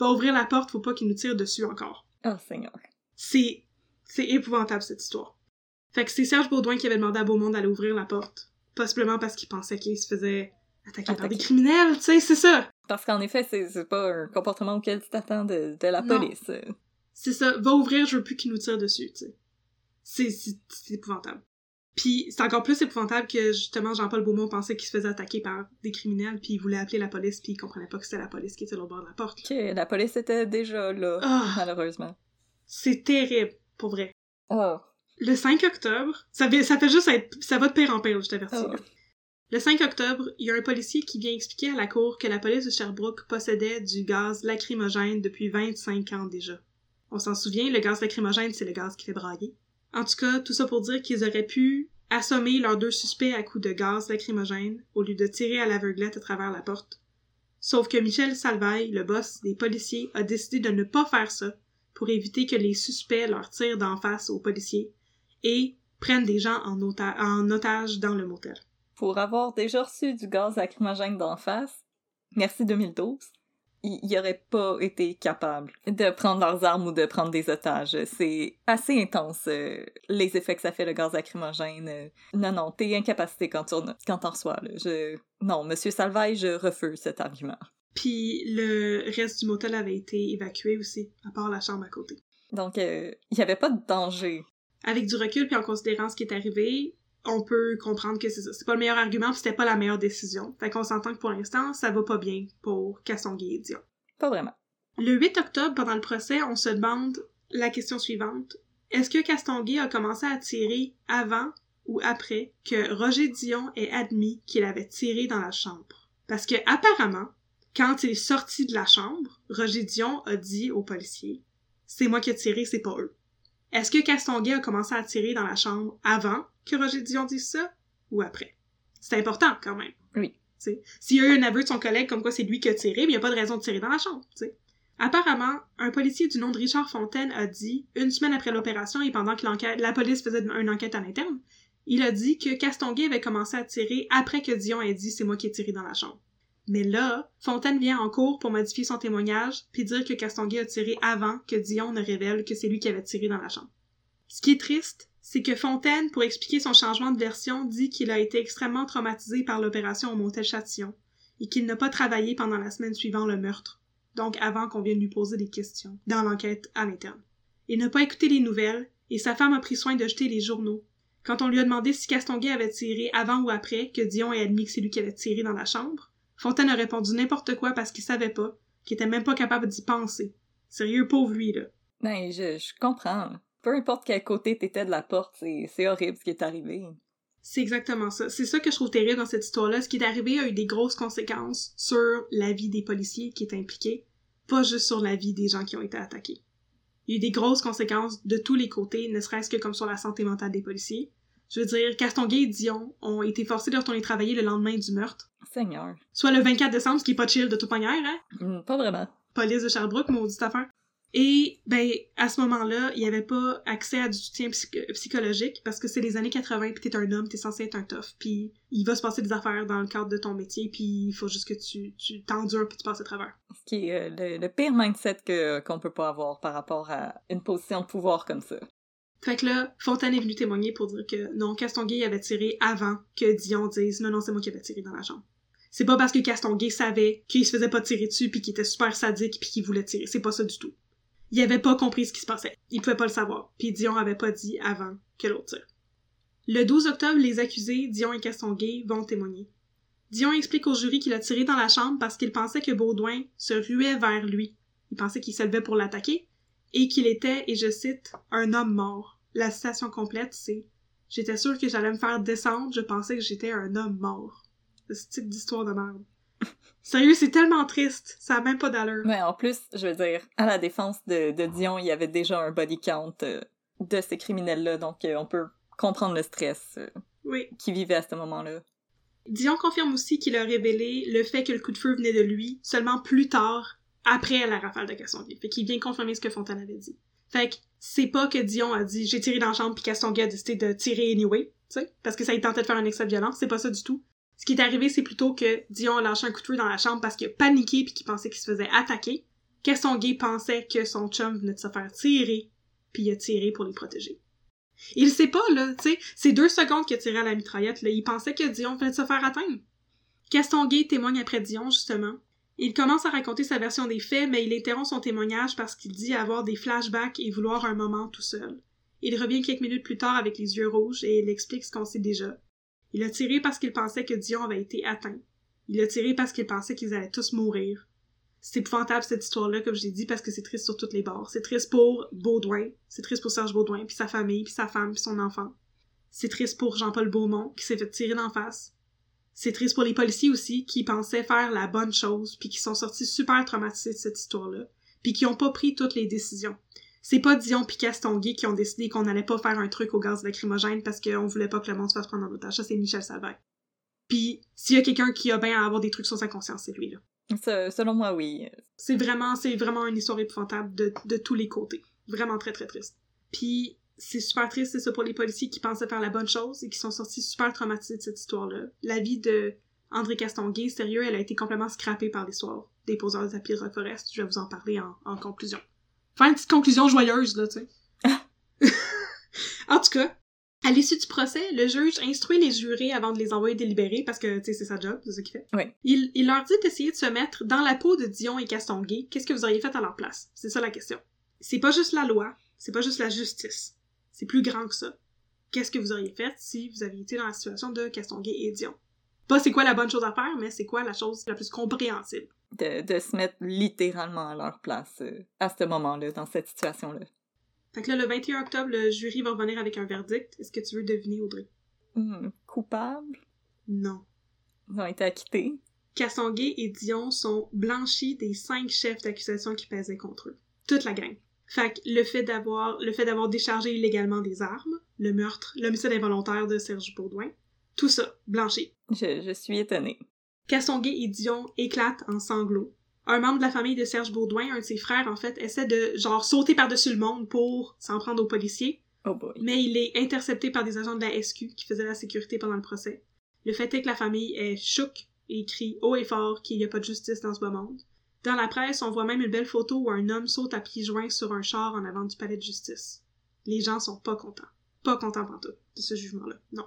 Va ouvrir la porte, faut pas qu'il nous tire dessus encore. Oh, Seigneur. C'est... c'est épouvantable, cette histoire. Fait que c'est Serge Baudouin qui avait demandé à Beaumont d'aller ouvrir la porte. Possiblement parce qu'il pensait qu'il se faisait attaquer par des criminels, tu sais, c'est ça! Parce qu'en effet, c'est, c'est pas un comportement auquel tu t'attends de, de la Non. police. C'est ça. Va ouvrir, je veux plus qu'il nous tire dessus, tu sais. C'est, c'est, c'est épouvantable. Puis c'est encore plus épouvantable que, justement, Jean-Paul Beaumont pensait qu'il se faisait attaquer par des criminels, puis il voulait appeler la police, puis il comprenait pas que c'était la police qui était au bord de la porte. Que la police était déjà là, oh, malheureusement. C'est terrible, pour vrai. Oh. Le cinq octobre, ça fait, ça fait juste être... ça va de pire en pire, je t'avertis. Oh. Le cinq octobre, il y a un policier qui vient expliquer à la cour que la police de Sherbrooke possédait du gaz lacrymogène depuis vingt-cinq ans déjà. On s'en souvient, le gaz lacrymogène, c'est le gaz qui fait brailler. En tout cas, tout ça pour dire qu'ils auraient pu assommer leurs deux suspects à coups de gaz lacrymogène au lieu de tirer à l'aveuglette à travers la porte. Sauf que Michel Salvaille, le boss des policiers, a décidé de ne pas faire ça pour éviter que les suspects leur tirent d'en face aux policiers et prennent des gens en, ota- en otage dans le motel. Pour avoir déjà reçu du gaz lacrymogène d'en face, merci deux mille douze, ils n'auraient pas été capables de prendre leurs armes ou de prendre des otages. C'est assez intense, euh, les effets que ça fait, le gaz lacrymogène. Euh, non, non, t'es incapacité quand tu en, quand t'en reçois. Là. Je... Non, Monsieur Salvaille, je refuse cet argument. Puis le reste du motel avait été évacué aussi, à part la chambre à côté. Donc, il euh, n'y avait pas de danger. Avec du recul, puis en considérant ce qui est arrivé, on peut comprendre que c'est ça. C'est pas le meilleur argument, puis c'était pas la meilleure décision. Fait qu'on s'entend que pour l'instant, ça va pas bien pour Castonguay et Dion. Pas vraiment. Le huit octobre, pendant le procès, on se demande la question suivante. Est-ce que Castonguay a commencé à tirer avant ou après que Roger Dion ait admis qu'il avait tiré dans la chambre? Parce que, apparemment, quand il est sorti de la chambre, Roger Dion a dit aux policiers « C'est moi qui ai tiré, c'est pas eux ». Est-ce que Castonguay a commencé à tirer dans la chambre avant que Roger Dion dise ça, ou après? C'est important, quand même. Oui. T'sais. S'il y a eu un aveu de son collègue comme quoi c'est lui qui a tiré, il n'y a pas de raison de tirer dans la chambre, t'sais. Apparemment, un policier du nom de Richard Fontaine a dit, une semaine après l'opération et pendant que l'enquête, la police faisait une enquête à l'interne, il a dit que Castonguay avait commencé à tirer après que Dion ait dit « c'est moi qui ai tiré dans la chambre ». Mais là, Fontaine vient en cours pour modifier son témoignage puis dire que Castonguay a tiré avant que Dion ne révèle que c'est lui qui avait tiré dans la chambre. Ce qui est triste, c'est que Fontaine, pour expliquer son changement de version, dit qu'il a été extrêmement traumatisé par l'opération au motel Châtillon et qu'il n'a pas travaillé pendant la semaine suivant le meurtre, donc avant qu'on vienne lui poser des questions dans l'enquête à l'interne. Il n'a pas écouté les nouvelles et sa femme a pris soin de jeter les journaux. Quand on lui a demandé si Castonguay avait tiré avant ou après que Dion ait admis que c'est lui qui avait tiré dans la chambre, Fontaine a répondu n'importe quoi parce qu'il savait pas, qu'il était même pas capable d'y penser. Sérieux, pauvre lui, là. Ben, je, je comprends. Peu importe quel côté t'étais de la porte, c'est, c'est horrible ce qui est arrivé. C'est exactement ça. C'est ça que je trouve terrible dans cette histoire-là. Ce qui est arrivé a eu des grosses conséquences sur la vie des policiers qui étaient impliqués, pas juste sur la vie des gens qui ont été attaqués. Il y a eu des grosses conséquences de tous les côtés, ne serait-ce que comme sur la santé mentale des policiers. Je veux dire, Castonguay et Dion ont été forcés de retourner travailler le lendemain du meurtre. Seigneur. Soit le vingt-quatre décembre, ce qui est pas chill de toute manière, hein? Mm, pas vraiment. Police de Sherbrooke, maudite affaire. Et, ben, à ce moment-là, il n'y avait pas accès à du soutien psy- psychologique parce que c'est les années quatre-vingts, pis t'es un homme, t'es censé être un tough, puis il va se passer des affaires dans le cadre de ton métier, puis il faut juste que tu, tu t'endures puis tu passes à travers. Ce qui est euh, le, le pire mindset que, qu'on peut pas avoir par rapport à une position de pouvoir comme ça. Fait que là, Fontaine est venu témoigner pour dire que non, Castonguay avait tiré avant que Dion dise « Non, non, c'est moi qui avais tiré dans la chambre ». C'est pas parce que Castonguay savait qu'il se faisait pas tirer dessus puis qu'il était super sadique puis qu'il voulait tirer. C'est pas ça du tout. Il avait pas compris ce qui se passait. Il pouvait pas le savoir. Puis Dion avait pas dit avant que l'autre tire. Le douze octobre, les accusés, Dion et Castonguay, vont témoigner. Dion explique au jury qu'il a tiré dans la chambre parce qu'il pensait que Baudouin se ruait vers lui. Il pensait qu'il se levait pour l'attaquer et qu'il était, et je cite, « un homme mort ». La citation complète, c'est « J'étais sûre que j'allais me faire descendre, je pensais que j'étais un homme mort ». Ce type d'histoire de merde. Sérieux, c'est tellement triste, ça a même pas d'allure. Mais en plus, je veux dire, à la défense de, de Dion, il y avait déjà un body count euh, de ces criminels-là, donc euh, on peut comprendre le stress euh, oui. qu'il vivait à ce moment-là. Dion confirme aussi qu'il a révélé le fait que le coup de feu venait de lui seulement plus tard, après la rafale de Castonguay. Fait qu'il vient confirmer ce que Fontaine avait dit. Fait que c'est pas que Dion a dit « j'ai tiré dans la chambre puis Castonguay a décidé de tirer anyway », tu sais, parce que ça il tentait de faire un excès de violence, c'est pas ça du tout. Ce qui est arrivé, c'est plutôt que Dion a lâché un coup de feu dans la chambre parce qu'il a paniqué puis qu'il pensait qu'il se faisait attaquer. Castonguay pensait que son chum venait de se faire tirer, puis il a tiré pour les protéger. Il sait pas, là, tu sais, c'est deux secondes qu'il a tiré à la mitraillette, là, il pensait que Dion venait de se faire atteindre. Castonguay témoigne après Dion, justement. Il commence à raconter sa version des faits, mais il interrompt son témoignage parce qu'il dit avoir des flashbacks et vouloir un moment tout seul. Il revient quelques minutes plus tard avec les yeux rouges et il explique ce qu'on sait déjà. Il a tiré parce qu'il pensait que Dion avait été atteint. Il a tiré parce qu'il pensait qu'ils allaient tous mourir. C'est épouvantable cette histoire-là, comme je l'ai dit, parce que c'est triste sur toutes les bords. C'est triste pour Baudouin, c'est triste pour Serge Baudouin, puis sa famille, puis sa femme, puis son enfant. C'est triste pour Jean-Paul Beaumont, qui s'est fait tirer d'en face. C'est triste pour les policiers aussi, qui pensaient faire la bonne chose, puis qui sont sortis super traumatisés de cette histoire-là, puis qui ont pas pris toutes les décisions. C'est pas Dion pis Castonguay qui ont décidé qu'on allait pas faire un truc au gaz lacrymogène parce qu'on voulait pas que le monde se fasse prendre en otage. Ça, c'est Michel Salvaille. Puis s'il y a quelqu'un qui a bien à avoir des trucs sur sa conscience, c'est lui, là. Ce, selon moi, oui. C'est vraiment, c'est vraiment une histoire épouvantable de, de tous les côtés. Vraiment très, très triste. Puis c'est super triste, c'est ça, pour les policiers qui pensaient faire la bonne chose et qui sont sortis super traumatisés de cette histoire-là. La vie de André Castonguay, sérieux, elle a été complètement scrappée par l'histoire des poseurs de tapis de Rock Forest. Je vais vous en parler en, en conclusion. Faire une petite conclusion joyeuse, là, tu sais. En tout cas, à l'issue du procès, le juge instruit les jurés avant de les envoyer délibérer, parce que, tu sais, c'est sa job, c'est ça qu'il fait. Oui. Il, il leur dit d'essayer de se mettre dans la peau de Dion et Castonguay. Qu'est-ce que vous auriez fait à leur place? C'est ça la question. C'est pas juste la loi, c'est pas juste la justice. C'est plus grand que ça. Qu'est-ce que vous auriez fait si vous aviez été dans la situation de Castonguay et Dion? Pas c'est quoi la bonne chose à faire, mais c'est quoi la chose la plus compréhensible. De, de se mettre littéralement à leur place euh, à ce moment-là, dans cette situation-là. Fait que là, le vingt et un octobre, le jury va revenir avec un verdict. Est-ce que tu veux deviner, Audrey? Hmm, coupable? Non. Ils ont été acquittés. Castonguay et Dion sont blanchis des cinq chefs d'accusation qui pesaient contre eux. Toute la gang. Fait que le fait d'avoir, le fait d'avoir déchargé illégalement des armes, le meurtre, l'homicide involontaire de Serge Baudouin, tout ça, blanchi. Je, je suis étonnée. Castonguay et Dion éclatent en sanglots. Un membre de la famille de Serge Baudouin, un de ses frères, en fait, essaie de, genre, sauter par-dessus le monde pour s'en prendre aux policiers. Oh boy. Mais il est intercepté par des agents de la S Q qui faisaient la sécurité pendant le procès. Le fait est que la famille est choquée et crie haut et fort qu'il n'y a pas de justice dans ce bas monde. Dans la presse, on voit même une belle photo où un homme saute à pieds joints sur un char en avant du palais de justice. Les gens sont pas contents. Pas contents pantoute de ce jugement-là, non.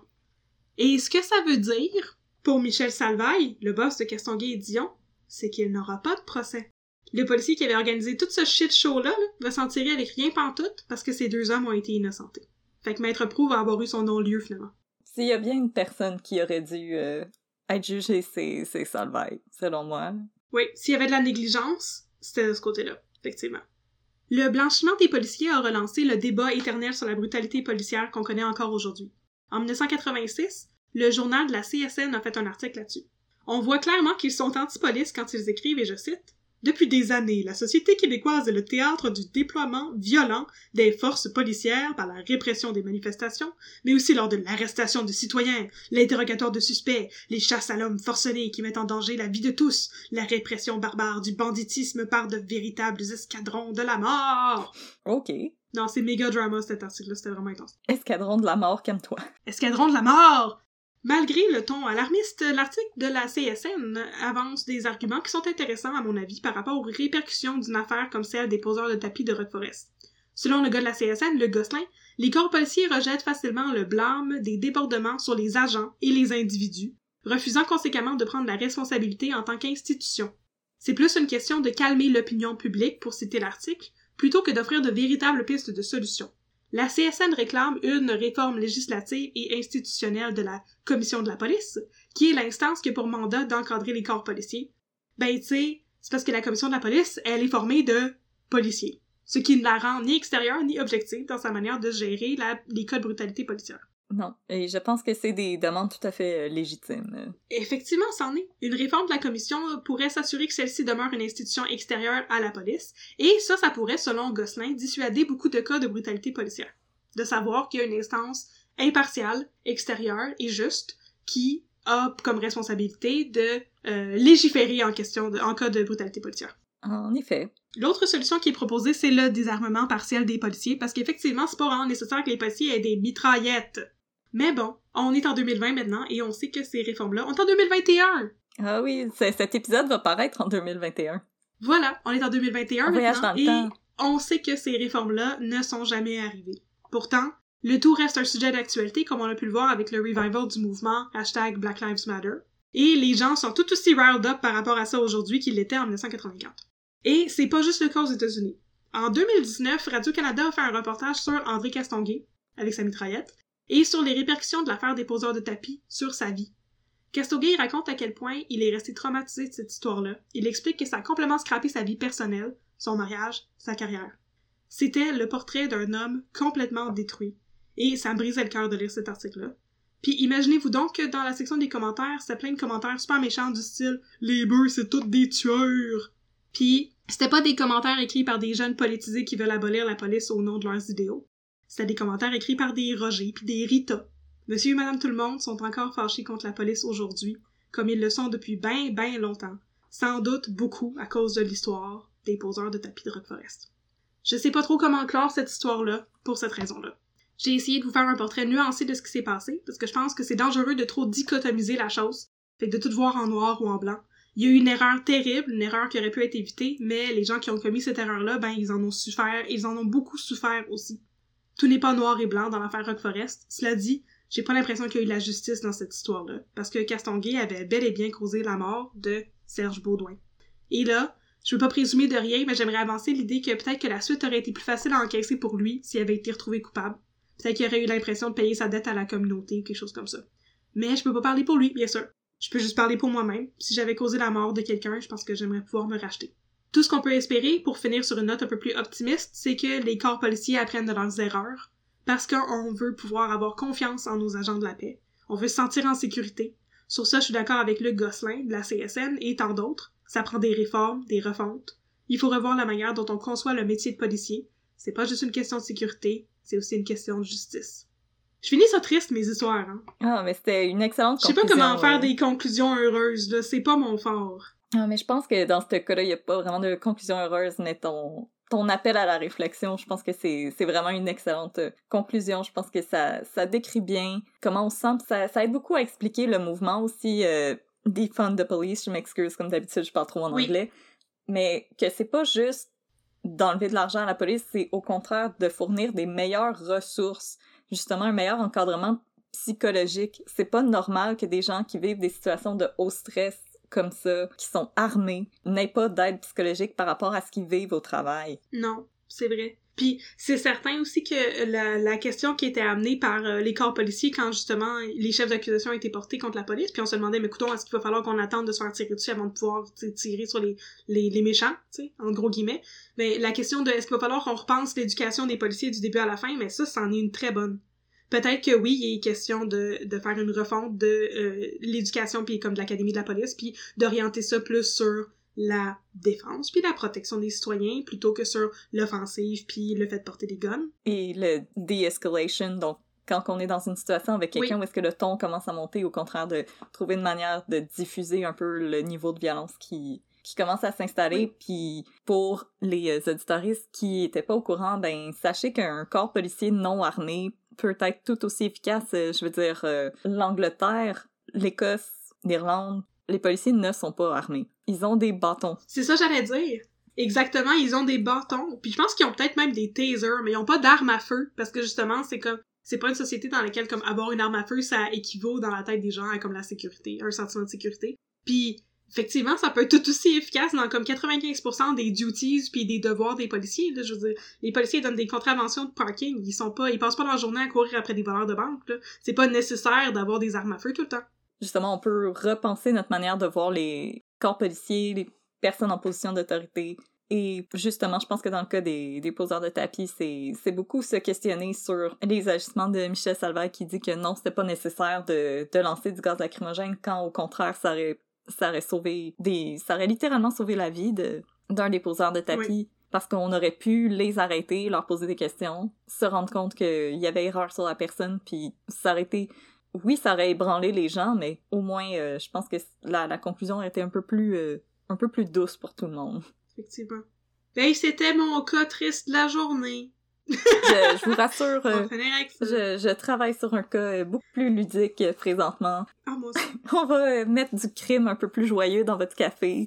Et ce que ça veut dire, pour Michel Salvaille, le boss de Castonguay et Dion, c'est qu'il n'aura pas de procès. Le policier qui avait organisé tout ce shit show-là là, va s'en tirer avec rien pantoute parce que ces deux hommes ont été innocentés. Fait que Maître Proulx va avoir eu son non-lieu finalement. S'il y a bien une personne qui aurait dû euh, être jugée, c'est, c'est Salvaille, selon moi. Oui, s'il y avait de la négligence, c'était de ce côté-là, effectivement. Le blanchiment des policiers a relancé le débat éternel sur la brutalité policière qu'on connaît encore aujourd'hui. En dix-neuf cent quatre-vingt-six, le journal de la C S N a fait un article là-dessus. On voit clairement qu'ils sont anti-police quand ils écrivent, et je cite, « Depuis des années, la société québécoise est le théâtre du déploiement violent des forces policières par la répression des manifestations, mais aussi lors de l'arrestation de citoyens, l'interrogatoire de suspects, les chasses à l'homme forcenés qui mettent en danger la vie de tous, la répression barbare du banditisme par de véritables escadrons de la mort! » OK. Non, c'est méga drama cet article-là, c'était vraiment intense. Escadron de la mort, calme-toi. Escadron de la mort! Malgré le ton alarmiste, l'article de la C S N avance des arguments qui sont intéressants à mon avis par rapport aux répercussions d'une affaire comme celle des poseurs de tapis de Rock Forest. Selon le gars de la C S N, le Gosselin, les corps policiers rejettent facilement le blâme des débordements sur les agents et les individus, refusant conséquemment de prendre la responsabilité en tant qu'institution. C'est plus une question de calmer l'opinion publique, pour citer l'article, plutôt que d'offrir de véritables pistes de solutions. La C S N réclame une réforme législative et institutionnelle de la Commission de la police, qui est l'instance qui a pour mandat d'encadrer les corps policiers. Ben, tu sais, c'est parce que la Commission de la police, elle est formée de policiers, ce qui ne la rend ni extérieure ni objective dans sa manière de gérer la, les cas de brutalité policière. Non, et je pense que c'est des demandes tout à fait euh, légitimes. Effectivement, c'en est. Une réforme de la commission pourrait s'assurer que celle-ci demeure une institution extérieure à la police, et ça, ça pourrait, selon Gosselin, dissuader beaucoup de cas de brutalité policière. De savoir qu'il y a une instance impartiale, extérieure et juste, qui a comme responsabilité de euh, légiférer en question de, en cas de brutalité policière. En effet. L'autre solution qui est proposée, c'est le désarmement partiel des policiers, parce qu'effectivement, c'est pas vraiment nécessaire que les policiers aient des mitraillettes. Mais bon, on est en deux mille vingt maintenant, et on sait que ces réformes-là, on est en deux mille vingt et un! Ah oui, cet épisode va paraître en deux mille vingt et un. Voilà, on est en deux mille vingt et un on voyage maintenant, dans le et temps. on sait que ces réformes-là ne sont jamais arrivées. Pourtant, le tout reste un sujet d'actualité, comme on a pu le voir avec le revival du mouvement hashtag Black Lives Matter. Et les gens sont tout aussi riled up par rapport à ça aujourd'hui qu'ils l'étaient en dix-neuf cent quatre-vingt-quatre. Et c'est pas juste le cas aux États-Unis. En deux mille dix-neuf, Radio-Canada a fait un reportage sur André Castonguay, avec sa mitraillette, et sur les répercussions de l'affaire des poseurs de tapis sur sa vie. Castonguay raconte à quel point il est resté traumatisé de cette histoire-là. Il explique que ça a complètement scrappé sa vie personnelle, son mariage, sa carrière. C'était le portrait d'un homme complètement détruit. Et ça me brisait le cœur de lire cet article-là. Puis imaginez-vous donc que dans la section des commentaires, c'était plein de commentaires super méchants du style « Les bœufs, c'est tous des tueurs! » Puis c'était pas des commentaires écrits par des jeunes politisés qui veulent abolir la police au nom de leurs idéaux. C'était des commentaires écrits par des Roger puis des Rita. Monsieur et madame tout le monde sont encore fâchés contre la police aujourd'hui, comme ils le sont depuis ben ben longtemps. Sans doute beaucoup à cause de l'histoire des poseurs de tapis de Rock Forest. Je sais pas trop comment clore cette histoire-là, pour cette raison-là. J'ai essayé de vous faire un portrait nuancé de ce qui s'est passé, parce que je pense que c'est dangereux de trop dichotomiser la chose, fait que de tout voir en noir ou en blanc. Il y a eu une erreur terrible, une erreur qui aurait pu être évitée, mais les gens qui ont commis cette erreur-là, ben ils en ont souffert, et ils en ont beaucoup souffert aussi. Tout n'est pas noir et blanc dans l'affaire Rock Forest. Cela dit, j'ai pas l'impression qu'il y a eu de la justice dans cette histoire-là, parce que Castonguay avait bel et bien causé la mort de Serge Beaudoin. Et là, je veux pas présumer de rien, mais j'aimerais avancer l'idée que peut-être que la suite aurait été plus facile à encaisser pour lui s'il avait été retrouvé coupable. Peut-être qu'il aurait eu l'impression de payer sa dette à la communauté ou quelque chose comme ça. Mais je peux pas parler pour lui, bien sûr. Je peux juste parler pour moi-même. Si j'avais causé la mort de quelqu'un, je pense que j'aimerais pouvoir me racheter. Tout ce qu'on peut espérer, pour finir sur une note un peu plus optimiste, c'est que les corps policiers apprennent de leurs erreurs, parce qu'on veut pouvoir avoir confiance en nos agents de la paix. On veut se sentir en sécurité. Sur ça, je suis d'accord avec Luc Gosselin, de la C S N, et tant d'autres. Ça prend des réformes, des refontes. Il faut revoir la manière dont on conçoit le métier de policier. C'est pas juste une question de sécurité, c'est aussi une question de justice. Je finis ça triste, mes histoires, hein. Ah, mais c'était une excellente conclusion. Je sais pas comment faire ouais. des conclusions heureuses, là. C'est pas mon fort. Ah, mais je pense que dans ce cas-là, il y a pas vraiment de conclusion heureuse, mais ton, ton appel à la réflexion, je pense que c'est, c'est vraiment une excellente conclusion. Je pense que ça, ça décrit bien comment on se sent, ça, ça aide beaucoup à expliquer le mouvement aussi, euh, defund the police. Je m'excuse, comme d'habitude, je parle trop en oui. anglais. Mais que c'est pas juste d'enlever de l'argent à la police, c'est au contraire de fournir des meilleures ressources, justement un meilleur encadrement psychologique. C'est pas normal que des gens qui vivent des situations de haut stress comme ça, qui sont armés, n'aient pas d'aide psychologique par rapport à ce qu'ils vivent au travail. Non, c'est vrai. Puis c'est certain aussi que la, la question qui était amenée par euh, les corps policiers quand justement les chefs d'accusation ont été portés contre la police, puis on se demandait, mais écoutons, est-ce qu'il va falloir qu'on attende de se faire tirer dessus avant de pouvoir tirer sur les, les, les méchants, tu sais, en gros guillemets. Mais la question de est-ce qu'il va falloir qu'on repense l'éducation des policiers du début à la fin, mais ça, c'en est une très bonne. Peut-être que oui, il est question de, de faire une refonte de euh, l'éducation, puis comme de l'académie de la police, puis d'orienter ça plus sur la défense puis la protection des citoyens plutôt que sur l'offensive puis le fait de porter des guns. Et le de-escalation, donc quand on est dans une situation avec quelqu'un oui. où est-ce que le ton commence à monter, au contraire de trouver une manière de diffuser un peu le niveau de violence qui, qui commence à s'installer. Oui. Puis pour les euh, auditoristes qui étaient pas au courant, ben sachez qu'un corps policier non armé peut être tout aussi efficace. Euh, je veux dire, euh, l'Angleterre, l'Écosse, l'Irlande, les policiers ne sont pas armés. Ils ont des bâtons. C'est ça j'allais dire. Exactement, ils ont des bâtons. Puis je pense qu'ils ont peut-être même des tasers, mais ils ont pas d'armes à feu. Parce que justement, c'est comme... C'est pas une société dans laquelle, comme, avoir une arme à feu, ça équivaut dans la tête des gens à, comme, la sécurité, un sentiment de sécurité. Puis, effectivement, ça peut être tout aussi efficace dans, comme, quatre-vingt-quinze pour cent des duties puis des devoirs des policiers, là. Je veux dire, les policiers donnent des contraventions de parking. Ils sont pas... Ils passent pas leur journée à courir après des voleurs de banque, là. C'est pas nécessaire d'avoir des armes à feu tout le temps. Justement, on peut repenser notre manière de voir les corps policiers, les personnes en position d'autorité. Et justement, je pense que dans le cas des, des poseurs de tapis, c'est, c'est beaucoup se questionner sur les agissements de Michel Salvaire qui dit que non, c'était pas nécessaire de, de lancer du gaz lacrymogène quand, au contraire, ça aurait, ça aurait sauvé des... ça aurait littéralement sauvé la vie de, d'un des poseurs de tapis. Oui. Parce qu'on aurait pu les arrêter, leur poser des questions, se rendre compte qu'il y avait erreur sur la personne, puis s'arrêter... Oui, ça aurait ébranlé les gens, mais au moins, euh, je pense que la, la conclusion a été un peu plus euh, un peu plus douce pour tout le monde. Effectivement. Ben, c'était mon cas triste de la journée. je, je vous rassure, euh, je, je travaille sur un cas beaucoup plus ludique euh, présentement. Ah, moi aussi. On va euh, mettre du crime un peu plus joyeux dans votre café.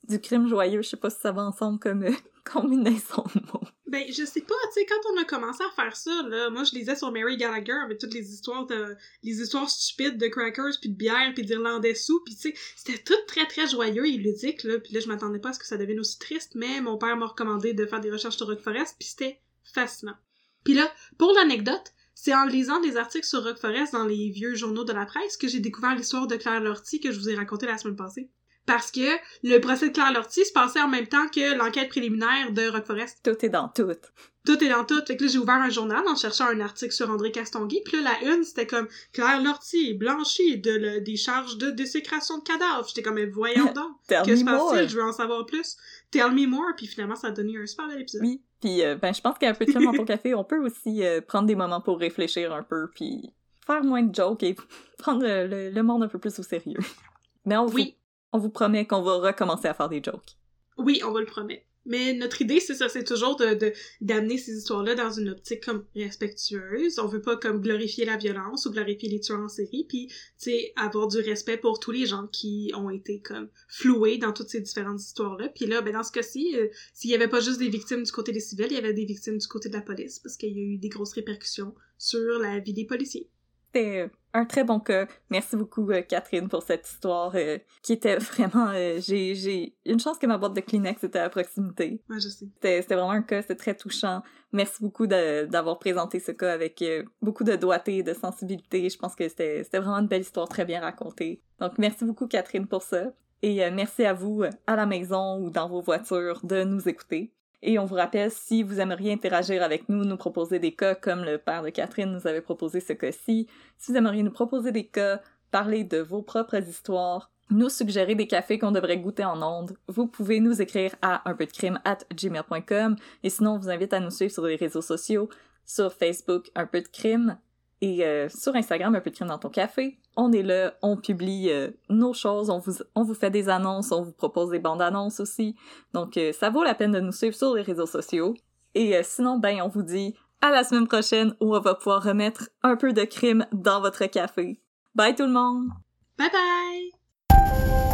du crime joyeux, je sais pas si ça va ensemble comme euh, combinaison de mots. Ben, je sais pas, tu sais, quand on a commencé à faire ça, là, moi je lisais sur Mary Gallagher avec toutes les histoires de, les histoires stupides de crackers, puis de bière, puis d'irlandais sous, puis tu sais, c'était tout très très joyeux et ludique, là, puis là je m'attendais pas à ce que ça devienne aussi triste, mais mon père m'a recommandé de faire des recherches sur Rock Forest, puis c'était fascinant. Puis là, pour l'anecdote, c'est en lisant des articles sur Rock Forest dans les vieux journaux de la presse que j'ai découvert l'histoire de Claire Lortie que je vous ai racontée la semaine passée. Parce que le procès de Claire Lortie se passait en même temps que l'enquête préliminaire de Rock Forest. Tout est dans tout. Tout est dans tout. Fait que là, j'ai ouvert un journal en cherchant un article sur André Castonguay, puis là, la une, c'était comme « Claire Lortie, blanchie de le, des charges de désécration de cadavres ». J'étais comme « Voyons donc, que se passe-t-il? Je veux en savoir plus. Tell me more », puis finalement, ça a donné un super bel épisode. Oui, puis euh, ben, je pense qu'un peu de crème dans ton café, on peut aussi euh, prendre des moments pour réfléchir un peu, puis faire moins de jokes et prendre le, le, le monde un peu plus au sérieux. Mais on oui. vous... On vous promet qu'on va recommencer à faire des jokes. Oui, on va le promettre. Mais notre idée, c'est ça, c'est toujours de, de d'amener ces histoires-là dans une optique comme respectueuse. On veut pas comme glorifier la violence ou glorifier les tueurs en série, puis tu sais, avoir du respect pour tous les gens qui ont été comme floués dans toutes ces différentes histoires-là. Puis là, ben dans ce cas-ci, euh, s'il y avait pas juste des victimes du côté des civils, il y avait des victimes du côté de la police, parce qu'il y a eu des grosses répercussions sur la vie des policiers. C'était un très bon cas. Merci beaucoup, euh, Catherine, pour cette histoire euh, qui était vraiment... Euh, j'ai, j'ai une chance que ma boîte de Kleenex était à proximité. Ouais, je sais. C'était, c'était vraiment un cas, c'était très touchant. Merci beaucoup de, d'avoir présenté ce cas avec euh, beaucoup de doigté, de sensibilité. Je pense que c'était, c'était vraiment une belle histoire très bien racontée. Donc, merci beaucoup, Catherine, pour ça. Et euh, merci à vous, à la maison ou dans vos voitures, de nous écouter. Et on vous rappelle, si vous aimeriez interagir avec nous, nous proposer des cas comme le père de Catherine nous avait proposé ce cas-ci, si vous aimeriez nous proposer des cas, parler de vos propres histoires, nous suggérer des cafés qu'on devrait goûter en ondes, vous pouvez nous écrire à un peu de crime arobase gmail point com et sinon on vous invite à nous suivre sur les réseaux sociaux, sur Facebook un peu de crime et euh, sur Instagram un peu de crime dans ton café. On est là, on publie euh, nos choses, on vous, on vous fait des annonces, on vous propose des bandes annonces aussi. Donc euh, ça vaut la peine de nous suivre sur les réseaux sociaux. Et euh, sinon, ben on vous dit à la semaine prochaine où on va pouvoir remettre un peu de crime dans votre café. Bye tout le monde! Bye bye!